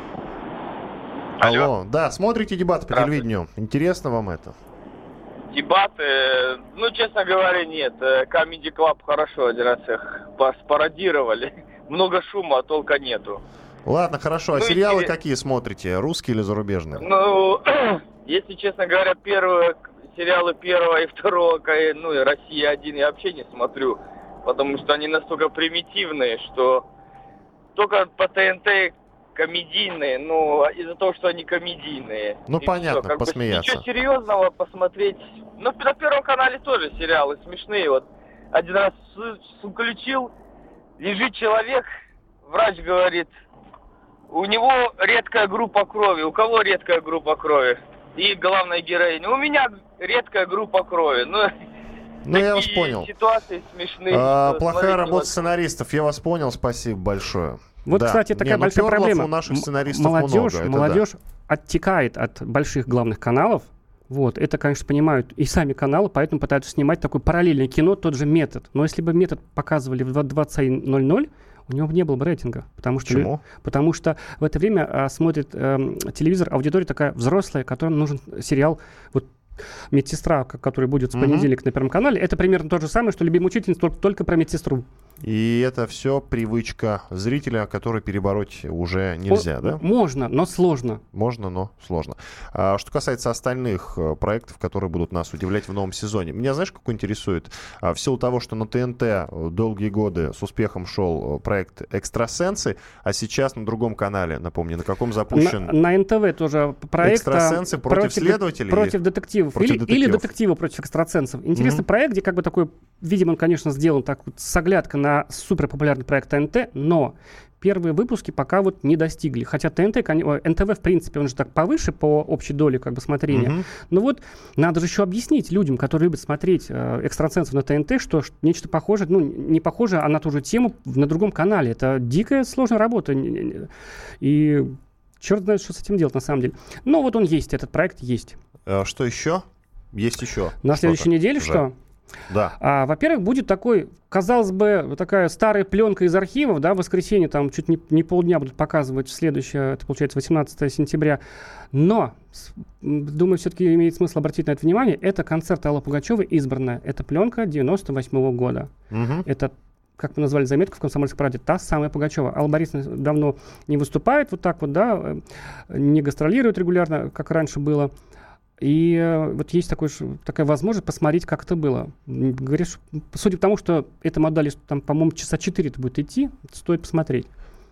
Алло. Алло. Да, смотрите дебаты по телевидению. Интересно вам это? Дебаты, ну, честно говоря, нет. Comedy Club хорошо один раз их спародировали. Много шума, а толка нету. Ладно, хорошо. А Ну, сериалы и- какие смотрите? Русские или зарубежные? Ну, если честно говоря, первые сериалы первого и второго, ка- ну и Россия один я вообще не смотрю, потому что они настолько примитивные, что только по ТНТ комедийные, ну, из-за того, что они комедийные. Ну, И понятно, всё, как бы посмеяться. ничего серьезного посмотреть. Ну, на Первом канале тоже сериалы смешные. Вот один раз с- включил, лежит человек, врач говорит, у него редкая группа крови. У кого редкая группа крови? И главная героиня. У меня редкая группа крови. Ну, Ну, я вас понял. Ситуации смешные. А, что плохая смотреть работа невозможно. сценаристов. Я вас понял, спасибо большое. Вот, Да. кстати, такая Не, ну, большая пёрлов проблема. у наших М- сценаристов молодежь, много, это молодежь оттекает от больших главных каналов. Вот, это, конечно, понимают и сами каналы, поэтому пытаются снимать такое параллельное кино, тот же «Метод». Но если бы «Метод» показывали в двадцать ноль ноль, у него не было бы рейтинга. Потому что, Почему? Потому что в это время а, смотрит а, телевизор, аудитория такая взрослая, которой нужен сериал, вот, «Медсестра», к- который будет в Мгм. понедельник на Первом канале. Это примерно то же самое, что «Любимая учительница», только, только про медсестру. И это все привычка зрителя, который перебороть уже нельзя, О, да? Можно, но сложно. Можно, но сложно. А, что касается остальных э, проектов, которые будут нас удивлять в новом сезоне. Меня, знаешь, какой интересует? А, в силу того, что на ТНТ э, долгие годы с успехом шел э, проект «Экстрасенсы», а сейчас на другом канале, напомню, на каком запущен... На, на эн тэ вэ тоже проект. а, «Экстрасенсы против следователей» Против детективов. против или, детективов. или детективы против экстрасенсов. Интересный Мгм. проект, где как бы такой, видимо, он, конечно, сделан так вот с оглядкой на суперпопулярный проект тэ эн тэ, но первые выпуски пока вот не достигли. Хотя тэ эн тэ, кон- ой, эн тэ вэ, в принципе, он же так повыше по общей доле как бы смотрения. Мгм. Но вот надо же еще объяснить людям, которые любят смотреть э, экстрасенсов на тэ эн тэ, что ш- нечто похожее, ну, не похожее, а на ту же тему в- на другом канале. Это дикая сложная работа. Н- н- И черт знает, что с этим делать на самом деле. Но вот он есть, этот проект есть. А, что еще? Есть еще. На что-то следующей неделе уже. что? Да. А, во-первых, будет такой, казалось бы, вот такая старая пленка из архивов, да, в воскресенье там чуть не, не полдня будут показывать, следующее, это получается восемнадцатого сентября. Но, с- м, думаю, все-таки имеет смысл обратить на это внимание, это концерт Аллы Пугачевой «Избранная». Это пленка девяносто восьмого года. Мгм. Это, как мы назвали заметку в «Комсомольской правде», та самая Пугачева. Алла Борисовна давно не выступает вот так вот, да, э, не гастролирует регулярно, как раньше было. И э, вот есть такой, ш- такая возможность посмотреть, как это было. М, Говоришь, судя по тому, что эта модель, там, по-моему, часа четыре это будет идти, стоит посмотреть.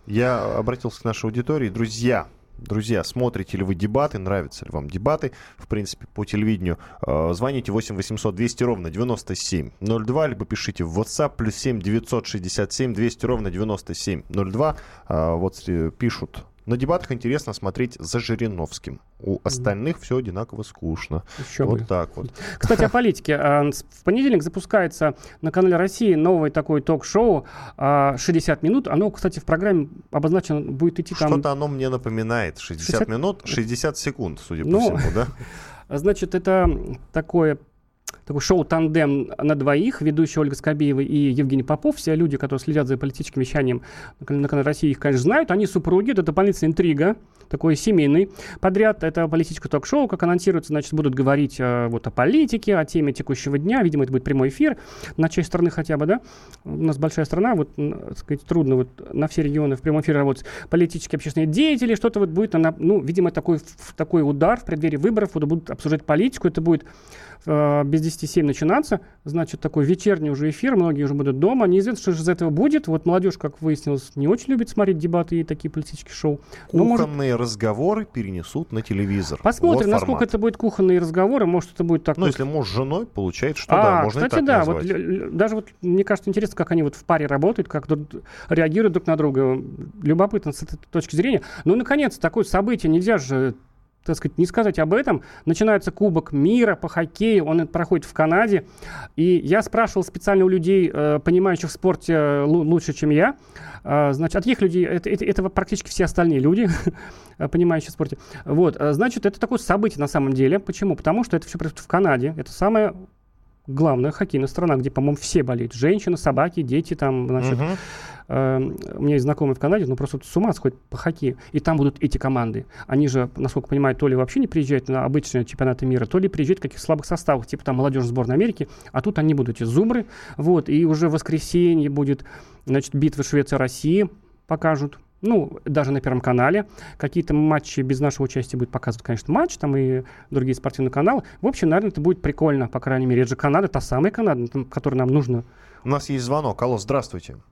Я обратился к нашей аудитории. Друзья, друзья, смотрите ли вы дебаты, нравятся ли вам дебаты, в принципе, по телевидению, э, звоните восемь восемьсот двести ровно девяносто семь ноль два, либо пишите в WhatsApp плюс семь девятьсот шестьдесят семь двести ровно девяносто семь ноль два. Э, вот э, пишут. На дебатах интересно смотреть за Жириновским. У остальных все одинаково скучно. Еще Вот бы. так вот. Кстати, о политике. А, с- В понедельник запускается на канале России новое такое ток-шоу а, шестьдесят минут. Оно, кстати, в программе обозначено будет идти там... Что-то оно мне напоминает. шестьдесят шестьдесят минут, шестьдесят секунд, судя Ну, по всему, да? Значит, это такое, такое шоу-тандем на двоих, ведущие Ольга Скобеева и Евгений Попов. Все люди, которые следят за политическим вещанием на кан- на канале России, их, конечно, знают. Они супруги, это дополнительная интрига, такой семейный подряд. Это политическое ток-шоу, как анонсируется, значит, будут говорить э, вот о политике, о теме текущего дня. Видимо, это будет прямой эфир на часть страны хотя бы, да? У нас большая страна, вот, м, так сказать, трудно вот на все регионы в прямом эфире работать. Политические, общественные деятели, что-то вот будет, на- ну, видимо, такой, в- такой удар в преддверии выборов, вот будут обсуждать политику, это будет э, без десяти семь начинаться, значит, такой вечерний уже эфир, многие уже будут дома, неизвестно, что же из этого будет, вот молодежь, как выяснилось, не очень любит смотреть дебаты и такие политические шоу. Но, может, Кухонные разговоры перенесут на телевизор. посмотрим, Вот насколько формат. это будет кухонные разговоры, может, это будет так Ну, вот... если муж с женой, получается, что А, да, можно кстати, и так да, назвать. вот, л- л- даже вот мне кажется интересно, как они вот в паре работают, как друг- реагируют друг на друга. Любопытно с этой точки зрения. Ну, наконец, такое событие, нельзя же, так сказать, не сказать об этом. Начинается Кубок мира по хоккею, он проходит в Канаде. И я спрашивал специально у людей, э, понимающих в спорте э, лу- лучше, чем я. Э, Значит, от тех людей, это, это, это практически все остальные люди, э, понимающие в спорте. Вот, э, значит, это такое событие на самом деле. Почему? Потому что это все происходит в Канаде. Это самое главная хоккейная страна, где, по-моему, все болеют. Женщины, собаки, дети там, значит. Мгм. Э, у меня есть знакомый в Канаде, ну просто вот с ума сходит по хоккею. И там будут эти команды. Они же, насколько понимаю, то ли вообще не приезжают на обычные чемпионаты мира, то ли приезжают в каких слабых составах, типа там молодежная сборная Америки. А тут они будут эти зубры. Вот, и уже в воскресенье будет, значит, битва Швеция-Россия покажут. Ну, даже на Первом канале. Какие-то матчи без нашего участия будет показывать, конечно, матч, там и другие спортивные каналы. В общем, наверное, это будет прикольно, по крайней мере. Это же Канада, та самая Канада, там, которая нам нужна. У нас есть звонок. Алло, здравствуйте.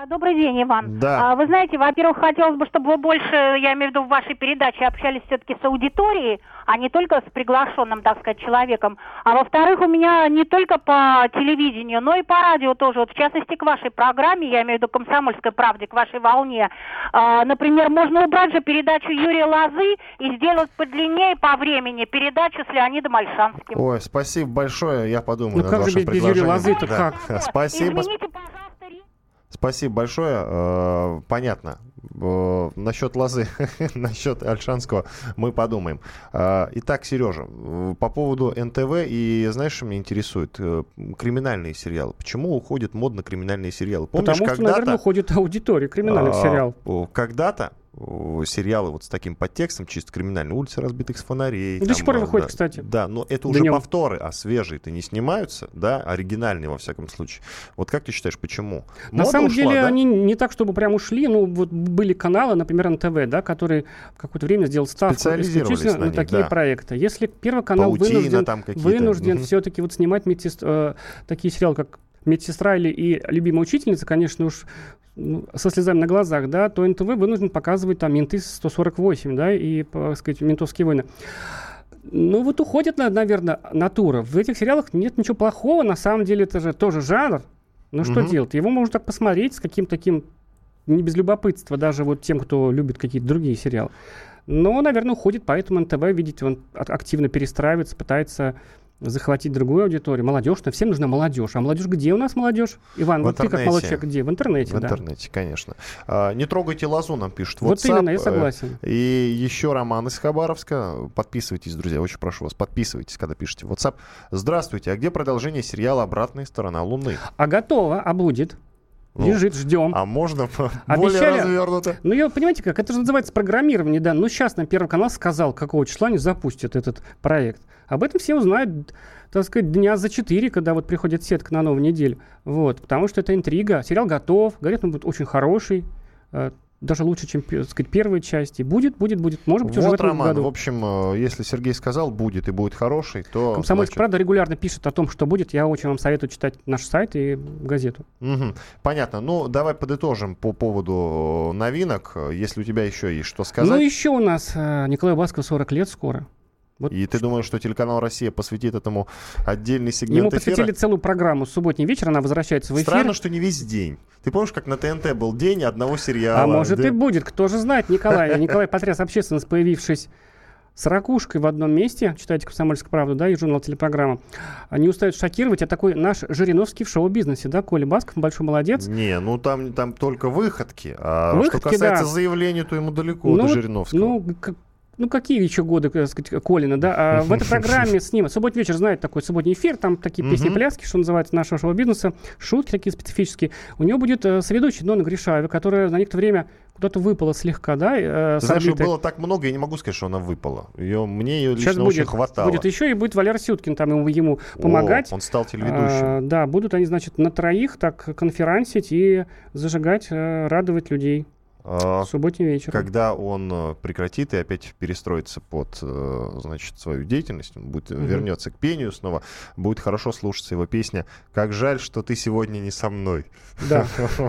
Добрый день, Иван. Да. А, Вы знаете, во-первых, хотелось бы, чтобы вы больше, я имею в виду, в вашей передаче общались все-таки с аудиторией, а не только с приглашенным, так сказать, человеком. А во-вторых, у меня не только по телевидению, но и по радио тоже. Вот в частности, к вашей программе, я имею в виду «Комсомольской правде», к вашей волне. А, например, можно убрать же передачу Юрия Лозы и сделать подлиннее по времени передачу с Леонидом Ольшанским. Ой, спасибо большое. Я подумаю Ну над как же вашим без, без Юрия предложением. Лозы-то Да. как? Спасибо. Измените, пожалуйста, ре- Спасибо большое. Э, Понятно. Э, Насчет Лозы, насчет Ольшанского мы подумаем. Э, Итак, Сережа, э, по поводу эн тэ вэ, и знаешь, что меня интересует? Э, Криминальные сериалы. Почему уходят модно криминальные сериалы? Помнишь, Потому что, когда-то, наверное, уходит аудитория криминальных а, сериалов. о, Когда-то о, сериалы вот с таким подтекстом, чисто криминальные, «Улица разбитых фонарей». До там, сих пор а, выходит, да, кстати. Да, но это уже Днем. повторы, а свежие-то не снимаются, да, оригинальные во всяком случае. Вот как ты считаешь, почему? На Мода самом ушла, деле да? они не так, чтобы прям ушли, ну вот были каналы, например, эн тэ вэ, да, который в какое-то время сделал ставку Специализировались исключительно на на них, такие да. проекты. Если Первый канал Паутина вынужден, там какие-то. вынужден Мгм. все-таки вот снимать медсест- э, такие сериалы, как «Медсестра» или и «Любимая учительница», конечно уж, ну, со слезами на глазах, да, то эн тэ вэ вынужден показывать там «Менты сто сорок восемь», да, и, так сказать, «Ментовские войны». Ну вот уходит, на- наверное, натура. В этих сериалах нет ничего плохого, на самом деле это же тоже жанр. Ну что Мгм. делать? Его можно так посмотреть с каким-то таким, не без любопытства, даже вот тем, кто любит какие-то другие сериалы. Но, наверное, уходит, поэтому эн тэ вэ, видите, он а- активно перестраивается, пытается захватить другую аудиторию. Молодежь, но всем нужна молодежь. А молодежь где у нас молодежь? Иван, В вот ты как интернете. молодой человек где? В интернете, В да. интернете, конечно. А, не трогайте Лозу, нам пишут. Вот WhatsApp, именно, я э, согласен. И еще Роман из Хабаровска. Подписывайтесь, друзья, очень прошу вас, подписывайтесь, когда пишете в WhatsApp. Здравствуйте, а где продолжение сериала «Обратная сторона Луны»? А готово, а будет. Ну, Лежит, ждем. А можно более Обещали- развернуто? Ну, я, понимаете как, это же называется программирование, да. Ну, сейчас нам Первый канал сказал, какого числа они запустят этот проект. Об этом все узнают, так сказать, дня за четыре, когда вот приходит сетка на новую неделю. Вот, потому что это интрига. Сериал готов, говорят, он будет очень хороший, э, даже лучше, чем, так сказать, первые части. Будет, будет, будет. Может быть, уже в Вот, этом Роман, году. в общем, э, если Сергей сказал, будет и будет хороший, то... «Комсомольская значит, правда» регулярно пишет о том, что будет. Я очень вам советую читать наш сайт и газету. Мгм. Понятно. Ну, давай подытожим по поводу э, новинок, э, если у тебя еще есть что Ну, сказать. еще у нас э, Николаю Баскову сорок лет скоро. Вот И ты думаешь, что телеканал «Россия» посвятит этому отдельный сегмент ему эфира? посвятили целую программу. Субботний вечер, она возвращается в эфир. Странно, что не весь день. Ты помнишь, как на тэ эн тэ был день одного сериала? А может да? и будет, кто же знает, Николай. Николай потряс общественность, появившись с ракушкой в одном месте, читайте «Комсомольскую правду», да, и журнал «Телепрограмма», не устают шокировать. Это такой наш Жириновский в шоу-бизнесе, да, Коля Басков, большой молодец. Не, ну там, там только выходки. А Выходки, что касается да. заявления, то ему далеко Ну, до Жириновского. Ну, как- ну, какие еще годы, так сказать, Колина, да? А в этой программе с ним «Субботний вечер», знаете, такой субботний эфир, там такие Мгм. песни-пляски, что называется, нашего шоу-бизнеса, шутки такие специфические. У него будет э, соведущая Нонна Гришаева, которая на некоторое время куда-то выпала слегка, да, э, Ты с знаешь, ее орбиты. было так много, я не могу сказать, что она выпала. Ее, мне ее Сейчас лично очень будет, хватало. будет еще и будет Валера Сюткин там ему, ему О, помогать. он стал телеведущим. А, да, будут они, значит, на троих так конферансить и зажигать, э, радовать людей. А, Субботний вечер. Когда он э, прекратит и опять перестроится под, э, значит, свою деятельность, он будет, Мгм. вернется к пению снова, будет хорошо слушаться его песня «Как жаль, что ты сегодня не со мной». Да.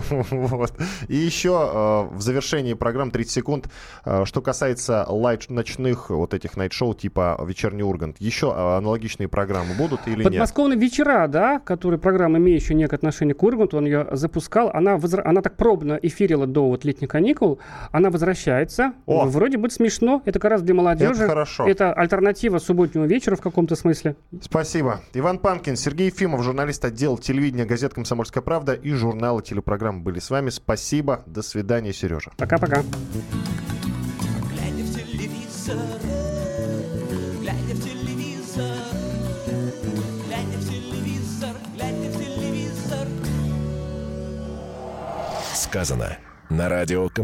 Вот. И еще э, в завершении программы тридцать секунд, э, что касается лайт ночных вот этих найт-шоу типа «Вечерний Ургант», еще э, аналогичные программы будут или нет? Подмосковные вечера, да, которые программа, имеющая некое отношение к Урганту, он ее запускал, она, возра- она так пробно эфирила до вот летних каникул, она возвращается, О! вроде будет смешно, это как раз для молодежи. Это хорошо. Это альтернатива субботнему вечеру в каком-то смысле. Спасибо. Иван Панкин, Сергей Ефимов, журналист отдела телевидения газет «Комсомольская правда» и журнала «Телепрограмма» были с вами. Спасибо. До свидания, Сережа. Пока-пока. Глядя в телевизор, глядя в телевизор, глядя в телевизор, глядя в телевизор. Сказано на радио